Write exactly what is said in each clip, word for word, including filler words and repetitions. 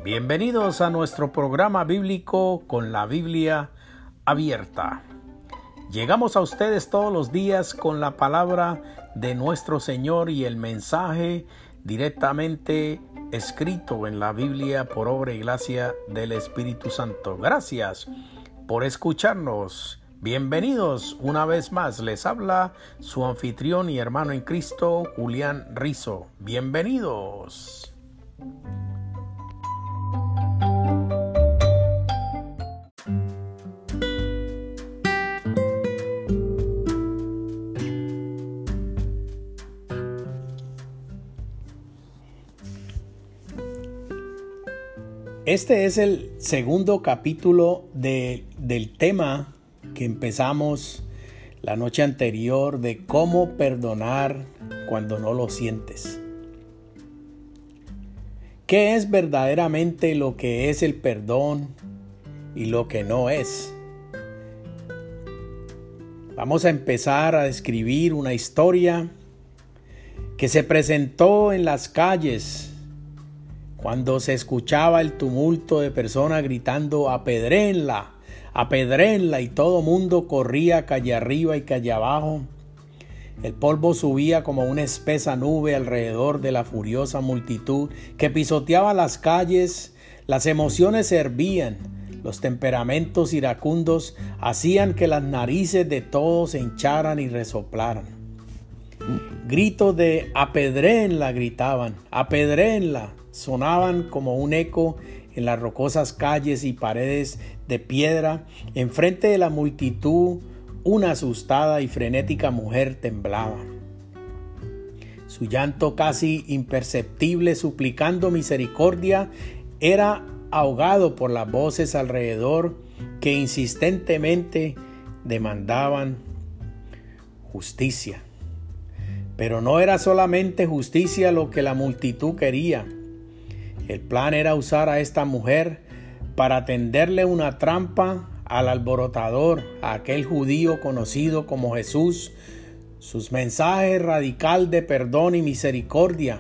Bienvenidos a nuestro programa bíblico con la Biblia abierta. Llegamos a ustedes todos los días con la palabra de nuestro Señor y el mensaje directamente escrito en la Biblia por obra y gracia del Espíritu Santo. Gracias por escucharnos. Bienvenidos una vez más. Les habla su anfitrión y hermano en Cristo, Julián Rizo. Bienvenidos. Este es el segundo capítulo de, del tema que empezamos la noche anterior de cómo perdonar cuando no lo sientes. ¿Qué es verdaderamente lo que es el perdón y lo que no es? Vamos a empezar a describir una historia que se presentó en las calles cuando se escuchaba el tumulto de personas gritando apedréenla, apedréenla, y todo mundo corría calle arriba y calle abajo. El polvo subía como una espesa nube alrededor de la furiosa multitud que pisoteaba las calles. Las emociones hervían, los temperamentos iracundos hacían que las narices de todos se hincharan y resoplaran. Gritos de apedréenla gritaban, apedréenla, sonaban como un eco en las rocosas calles y paredes de piedra. Enfrente de la multitud, una asustada y frenética mujer temblaba. Su llanto casi imperceptible, suplicando misericordia, era ahogado por las voces alrededor que insistentemente demandaban justicia. Pero no era solamente justicia lo que la multitud quería. El plan era usar a esta mujer para tenderle una trampa al alborotador, a aquel judío conocido como Jesús. Sus mensajes radical de perdón y misericordia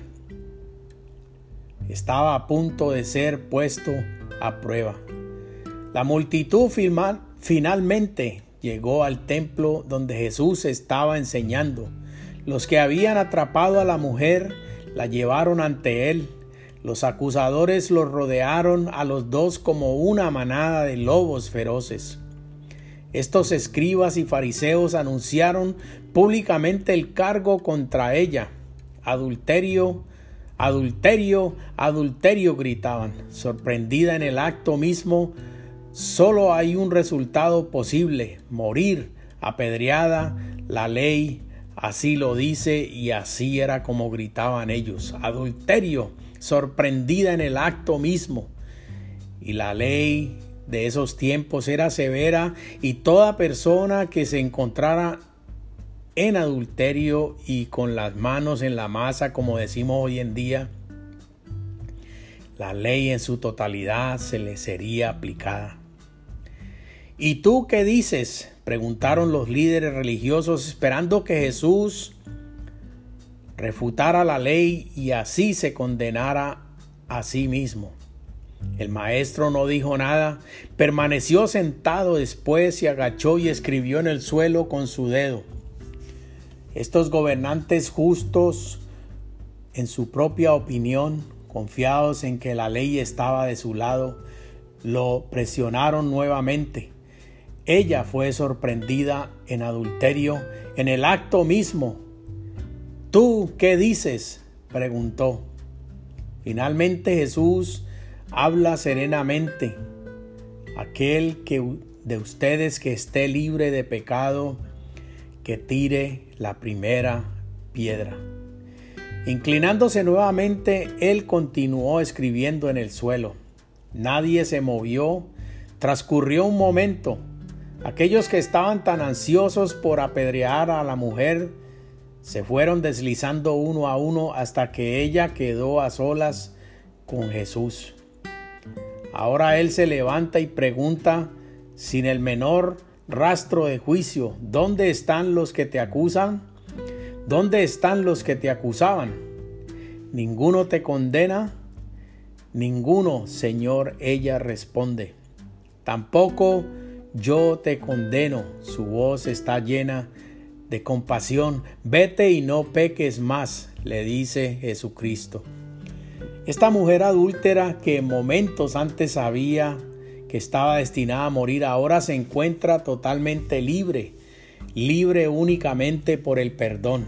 estaba a punto de ser puesto a prueba. La multitud firma, finalmente llegó al templo donde Jesús estaba enseñando. Los que habían atrapado a la mujer la llevaron ante él. Los acusadores los rodearon a los dos como una manada de lobos feroces. Estos escribas y fariseos anunciaron públicamente el cargo contra ella. Adulterio, adulterio, adulterio, gritaban. Sorprendida en el acto mismo, solo hay un resultado posible: morir apedreada. La ley así lo dice, y así era como gritaban ellos. Adulterio, sorprendida en el acto mismo. Y la ley de esos tiempos era severa, y toda persona que se encontrara en adulterio y con las manos en la masa, como decimos hoy en día, la ley en su totalidad se le sería aplicada. ¿Y tú qué dices?, preguntaron los líderes religiosos, esperando que Jesús refutara la ley y así se condenara a sí mismo. El maestro no dijo nada, permaneció sentado. Después se agachó y escribió en el suelo con su dedo. Estos gobernantes justos, en su propia opinión, confiados en que la ley estaba de su lado, lo presionaron nuevamente. Ella fue sorprendida en adulterio en el acto mismo. ¿Tú qué dices?, preguntó. Finalmente Jesús habla serenamente. Aquel que de ustedes que esté libre de pecado, que tire la primera piedra. Inclinándose nuevamente, él continuó escribiendo en el suelo. Nadie se movió. Transcurrió un momento. Aquellos que estaban tan ansiosos por apedrear a la mujer se fueron deslizando uno a uno hasta que ella quedó a solas con Jesús. Ahora él se levanta y pregunta sin el menor rastro de juicio: ¿dónde están los que te acusan? ¿Dónde están los que te acusaban? ¿Ninguno te condena? Ninguno, Señor, ella responde. Tampoco yo te condeno. Su voz está llena de compasión. Vete y no peques más, le dice Jesucristo. Esta mujer adúltera que momentos antes sabía que estaba destinada a morir, ahora se encuentra totalmente libre, libre únicamente por el perdón.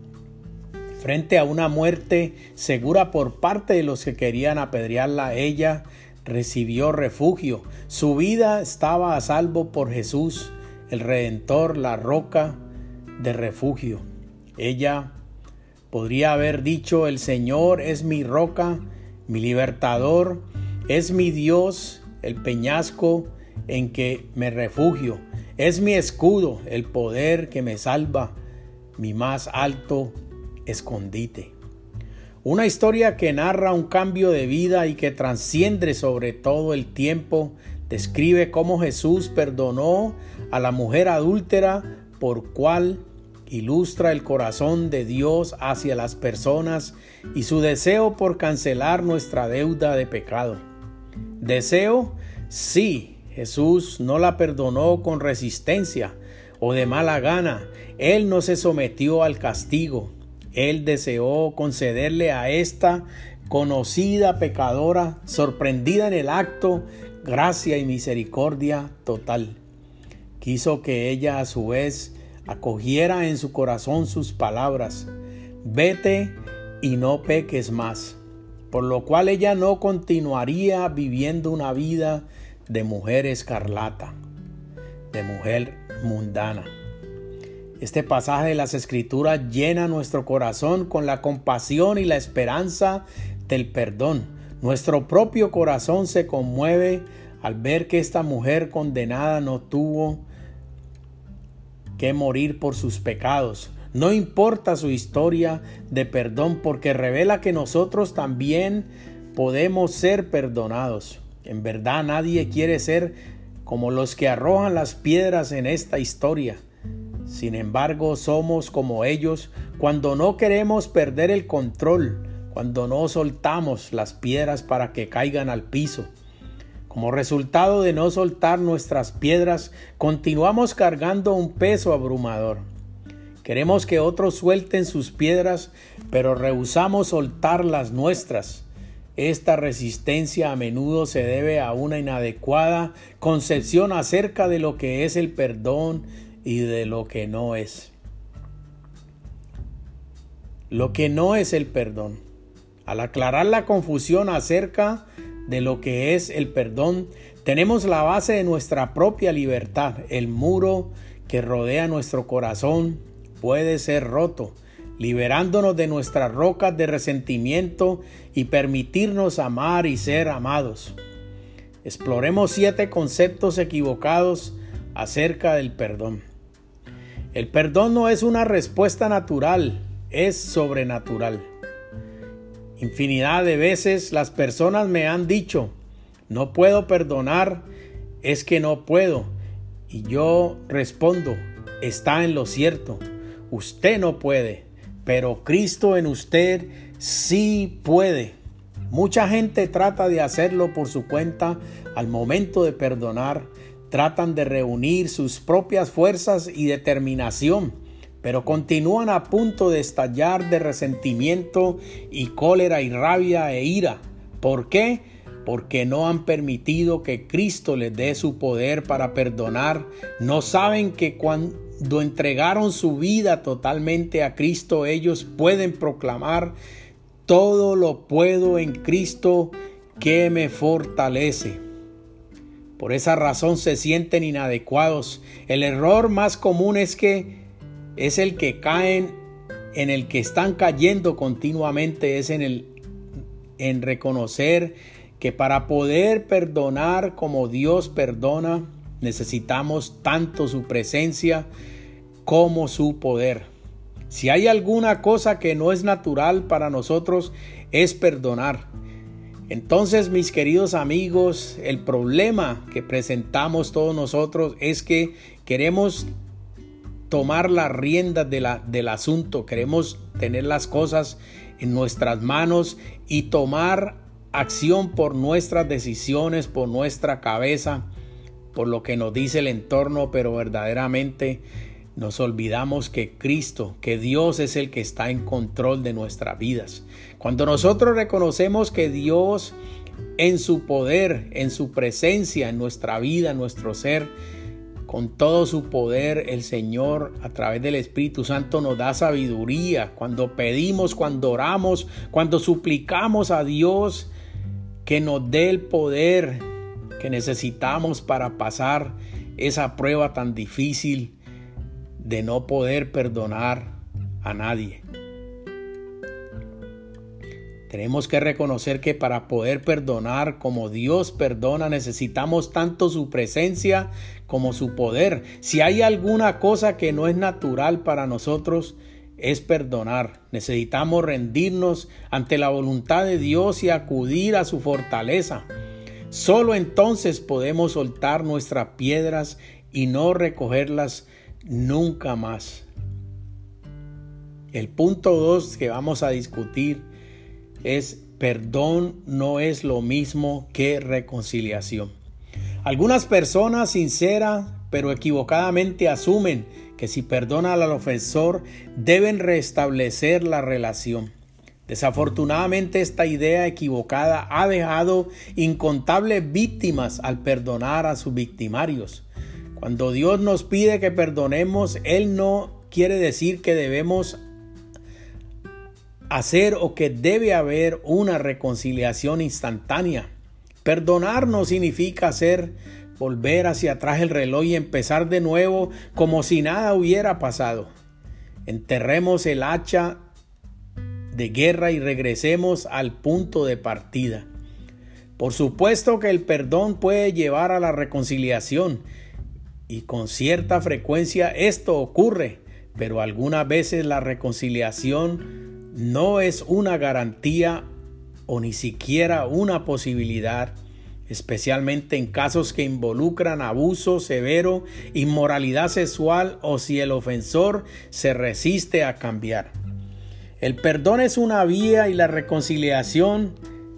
Frente a una muerte segura por parte de los que querían apedrearla, ella recibió refugio. Su vida estaba a salvo por Jesús, el Redentor, la roca de refugio. Ella podría haber dicho: el Señor es mi roca, mi libertador, es mi Dios, el peñasco en que me refugio, es mi escudo, el poder que me salva, mi más alto escondite. Una historia que narra un cambio de vida y que trasciende sobre todo el tiempo, describe cómo Jesús perdonó a la mujer adúltera, por cual ilustra el corazón de Dios hacia las personas y su deseo por cancelar nuestra deuda de pecado. Deseo, sí, Jesús no la perdonó con resistencia o de mala gana. Él no se sometió al castigo. Él deseó concederle a esta conocida pecadora, sorprendida en el acto, gracia y misericordia total. Quiso que ella a su vez acogiera en su corazón sus palabras: vete y no peques más, por lo cual ella no continuaría viviendo una vida de mujer escarlata, de mujer mundana. Este pasaje de las Escrituras llena nuestro corazón con la compasión y la esperanza del perdón. Nuestro propio corazón se conmueve al ver que esta mujer condenada no tuvo que morir por sus pecados. No importa su historia de perdón, porque revela que nosotros también podemos ser perdonados. En verdad, nadie quiere ser como los que arrojan las piedras en esta historia. Sin embargo, somos como ellos cuando no queremos perder el control, cuando no soltamos las piedras para que caigan al piso. Como resultado de no soltar nuestras piedras, continuamos cargando un peso abrumador. Queremos que otros suelten sus piedras, pero rehusamos soltar las nuestras. Esta resistencia a menudo se debe a una inadecuada concepción acerca de lo que es el perdón y de lo que no es. Lo que no es el perdón. Al aclarar la confusión acerca de lo que es el perdón, tenemos la base de nuestra propia libertad. El muro que rodea nuestro corazón puede ser roto, liberándonos de nuestras rocas de resentimiento y permitirnos amar y ser amados. Exploremos siete conceptos equivocados acerca del perdón. El perdón no es una respuesta natural, es sobrenatural. Infinidad de veces las personas me han dicho: no puedo perdonar, es que no puedo. Y yo respondo: está en lo cierto, usted no puede, pero Cristo en usted sí puede. Mucha gente trata de hacerlo por su cuenta al momento de perdonar. Tratan de reunir sus propias fuerzas y determinación, pero continúan a punto de estallar de resentimiento y cólera y rabia e ira. ¿Por qué? Porque no han permitido que Cristo les dé su poder para perdonar. No saben que cuando entregaron su vida totalmente a Cristo, ellos pueden proclamar: todo lo puedo en Cristo que me fortalece. Por esa razón se sienten inadecuados. El error más común es que es el que caen, en el que están cayendo continuamente, es en el en reconocer que para poder perdonar como Dios perdona, necesitamos tanto su presencia como su poder. Si hay alguna cosa que no es natural para nosotros, es perdonar. Entonces, mis queridos amigos, el problema que presentamos todos nosotros es que queremos tomar las riendas de la, del asunto, queremos tener las cosas en nuestras manos y tomar acción por nuestras decisiones, por nuestra cabeza, por lo que nos dice el entorno, pero verdaderamente nos olvidamos que Cristo, que Dios es el que está en control de nuestras vidas. Cuando nosotros reconocemos que Dios en su poder, en su presencia, en nuestra vida, en nuestro ser, con todo su poder, el Señor a través del Espíritu Santo nos da sabiduría. Cuando pedimos, cuando oramos, cuando suplicamos a Dios que nos dé el poder que necesitamos para pasar esa prueba tan difícil de no poder perdonar a nadie. Tenemos que reconocer que para poder perdonar como Dios perdona, necesitamos tanto su presencia como su poder. Si hay alguna cosa que no es natural para nosotros, es perdonar. Necesitamos rendirnos ante la voluntad de Dios y acudir a su fortaleza. Solo entonces podemos soltar nuestras piedras y no recogerlas nunca más. El punto dos que vamos a discutir es: perdón no es lo mismo que reconciliación. Algunas personas sinceras pero equivocadamente asumen que si perdonan al ofensor deben restablecer la relación. Desafortunadamente, esta idea equivocada ha dejado incontables víctimas al perdonar a sus victimarios. Cuando Dios nos pide que perdonemos, Él no quiere decir que debemos hacer o que debe haber una reconciliación instantánea. Perdonar no significa hacer volver hacia atrás el reloj y empezar de nuevo como si nada hubiera pasado. Enterremos el hacha de guerra y regresemos al punto de partida. Por supuesto que el perdón puede llevar a la reconciliación y con cierta frecuencia esto ocurre, pero algunas veces la reconciliación no es una garantía o ni siquiera una posibilidad, especialmente en casos que involucran abuso severo, inmoralidad sexual o si el ofensor se resiste a cambiar. El perdón es una vía y la reconciliación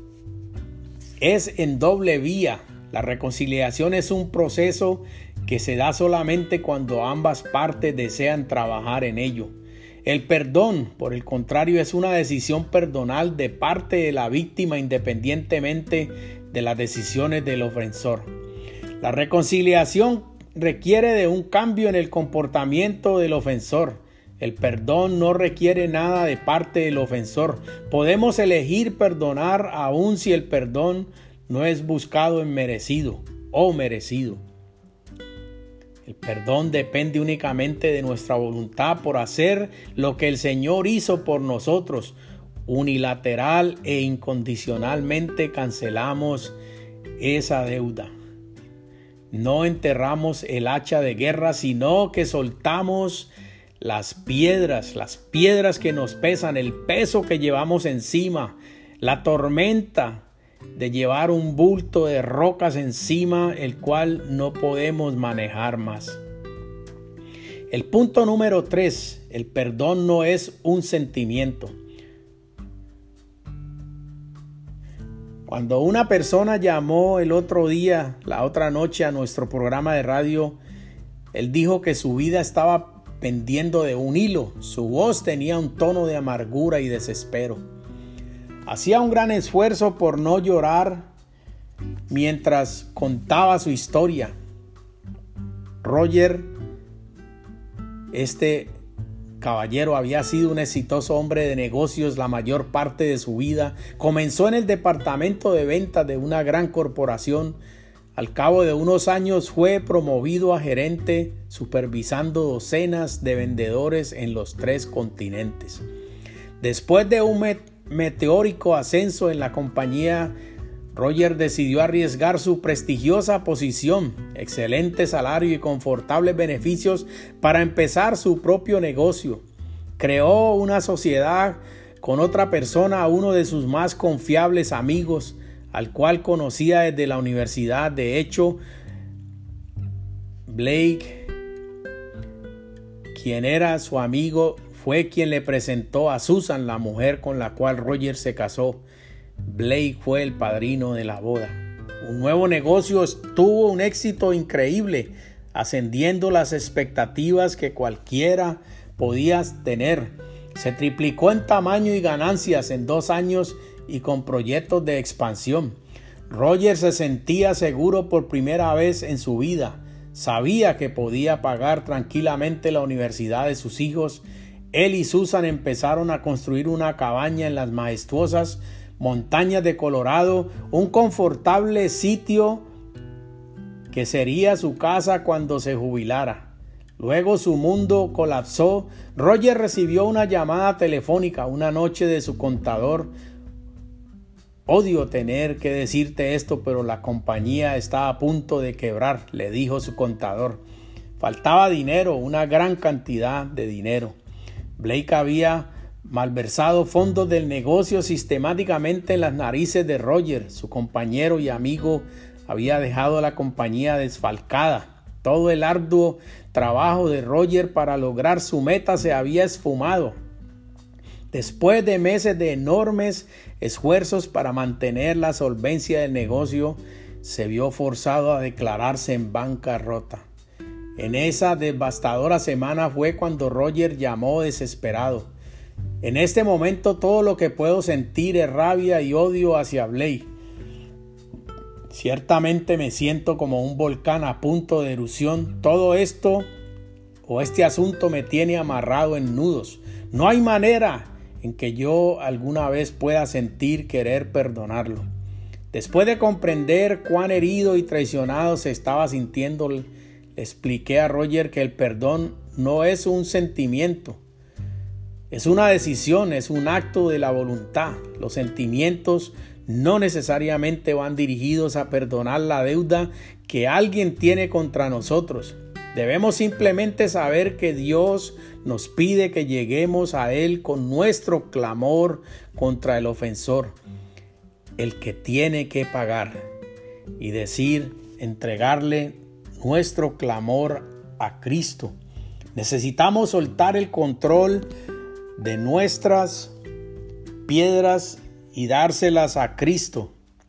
es en doble vía. La reconciliación es un proceso que se da solamente cuando ambas partes desean trabajar en ello. El perdón, por el contrario, es una decisión personal de parte de la víctima independientemente de las decisiones del ofensor. La reconciliación requiere de un cambio en el comportamiento del ofensor. El perdón no requiere nada de parte del ofensor. Podemos elegir perdonar aun si el perdón no es buscado en merecido o merecido. El perdón depende únicamente de nuestra voluntad por hacer lo que el Señor hizo por nosotros. Unilateral e incondicionalmente cancelamos esa deuda. No enterramos el hacha de guerra, sino que soltamos las piedras, las piedras que nos pesan, el peso que llevamos encima, la tormenta de llevar un bulto de rocas encima, el cual no podemos manejar más. El punto número tres, el perdón no es un sentimiento. Cuando una persona llamó el otro día, la otra noche a nuestro programa de radio, él dijo que su vida estaba pendiendo de un hilo. Su voz tenía un tono de amargura y desespero. Hacía un gran esfuerzo por no llorar mientras contaba su historia. Roger, este caballero, había sido un exitoso hombre de negocios la mayor parte de su vida. Comenzó en el departamento de ventas de una gran corporación. Al cabo de unos años fue promovido a gerente, supervisando docenas de vendedores en los tres continentes. Después de un met- meteórico ascenso en la compañía, Roger decidió arriesgar su prestigiosa posición, excelente salario y confortables beneficios para empezar su propio negocio. Creó una sociedad con otra persona, uno de sus más confiables amigos, al cual conocía desde la universidad. De hecho, Blake, quien era su amigo, fue quien le presentó a Susan, la mujer con la cual Roger se casó. Blake fue el padrino de la boda. Un nuevo negocio tuvo un éxito increíble, ascendiendo las expectativas que cualquiera podía tener. Se triplicó en tamaño y ganancias en dos años y con proyectos de expansión. Roger se sentía seguro por primera vez en su vida. Sabía que podía pagar tranquilamente la universidad de sus hijos. Él y Susan empezaron a construir una cabaña en las majestuosas montañas de Colorado, un confortable sitio que sería su casa cuando se jubilara. Luego su mundo colapsó. Roger recibió una llamada telefónica una noche de su contador. Odio tener que decirte esto, pero la compañía está a punto de quebrar, le dijo su contador. Faltaba dinero, una gran cantidad de dinero. Blake había malversado fondos del negocio sistemáticamente en las narices de Roger. Su compañero y amigo había dejado la compañía desfalcada. Todo el arduo trabajo de Roger para lograr su meta se había esfumado. Después de meses de enormes esfuerzos para mantener la solvencia del negocio, se vio forzado a declararse en bancarrota. En esa devastadora semana fue cuando Roger llamó desesperado. En este momento todo lo que puedo sentir es rabia y odio hacia Blake. Ciertamente me siento como un volcán a punto de erupción. Todo esto o este asunto me tiene amarrado en nudos. No hay manera en que yo alguna vez pueda sentir querer perdonarlo. Después de comprender cuán herido y traicionado se estaba sintiendo, le expliqué a Roger que el perdón no es un sentimiento. Es una decisión, es un acto de la voluntad. Los sentimientos no necesariamente van dirigidos a perdonar la deuda que alguien tiene contra nosotros. Debemos simplemente saber que Dios nos pide que lleguemos a Él con nuestro clamor contra el ofensor, el que tiene que pagar, y decir, entregarle nuestro clamor a Cristo. Necesitamos soltar el control de nuestras piedras y dárselas a Cristo.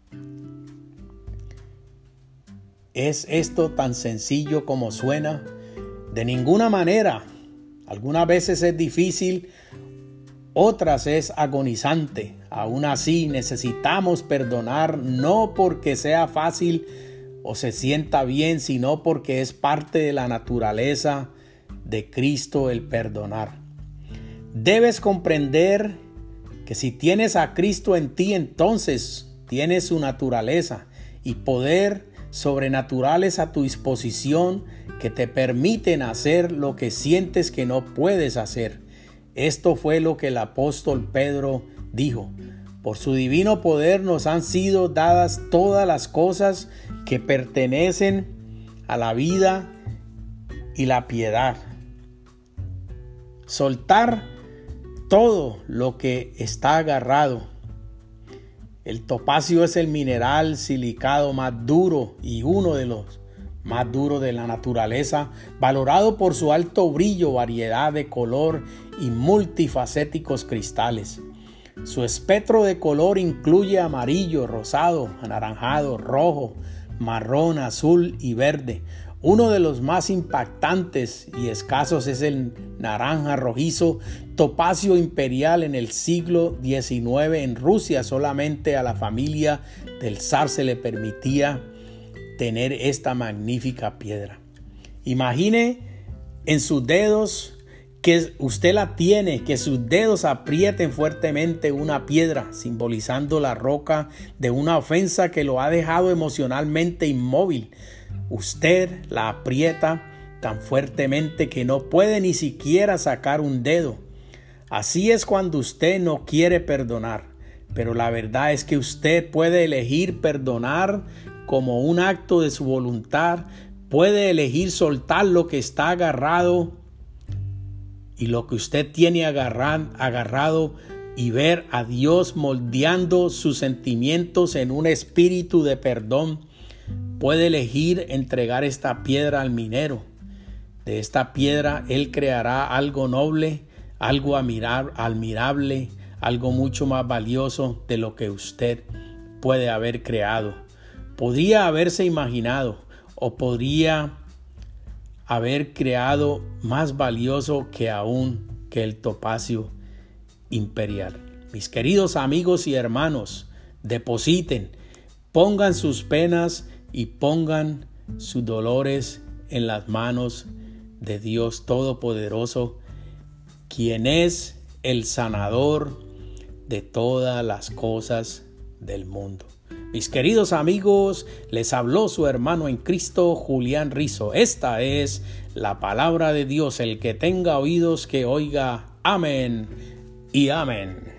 ¿Es esto tan sencillo como suena? De ninguna manera. Algunas veces es difícil, otras es agonizante. Aún así necesitamos perdonar, no porque sea fácil o se sienta bien, sino porque es parte de la naturaleza de Cristo el perdonar. Debes comprender que si tienes a Cristo en ti, entonces tienes su naturaleza y poder sobrenaturales a tu disposición que te permiten hacer lo que sientes que no puedes hacer. Esto fue lo que el apóstol Pedro dijo: por su divino poder nos han sido dadas todas las cosas que pertenecen a la vida y la piedad. Soltar todo lo que está agarrado. El topacio es el mineral silicado más duro y uno de los más duros de la naturaleza, valorado por su alto brillo, variedad de color y multifacéticos cristales. Su espectro de color incluye amarillo, rosado, anaranjado, rojo, marrón, azul y verde. Uno de los más impactantes y escasos es el naranja rojizo, topacio imperial. En el siglo diecinueve en Rusia solamente a la familia del zar se le permitía tener esta magnífica piedra. Imagine en sus dedos que usted la tiene, que sus dedos aprieten fuertemente una piedra, simbolizando la roca de una ofensa que lo ha dejado emocionalmente inmóvil. Usted la aprieta tan fuertemente que no puede ni siquiera sacar un dedo. Así es cuando usted no quiere perdonar, pero la verdad es que usted puede elegir perdonar como un acto de su voluntad, puede elegir soltar lo que está agarrado y lo que usted tiene agarran, agarrado y ver a Dios moldeando sus sentimientos en un espíritu de perdón. Puede elegir entregar esta piedra al minero. De esta piedra Él creará algo noble, algo admirable, algo mucho más valioso de lo que usted puede haber creado. Podría haberse imaginado o podría haber creado más valioso que aún que el topacio imperial. Mis queridos amigos y hermanos, depositen, pongan sus penas y pongan sus dolores en las manos de Dios Todopoderoso, quien es el sanador de todas las cosas del mundo. Mis queridos amigos, les habló su hermano en Cristo, Julián Rizo. Esta es la palabra de Dios. El que tenga oídos que oiga. Amén y amén.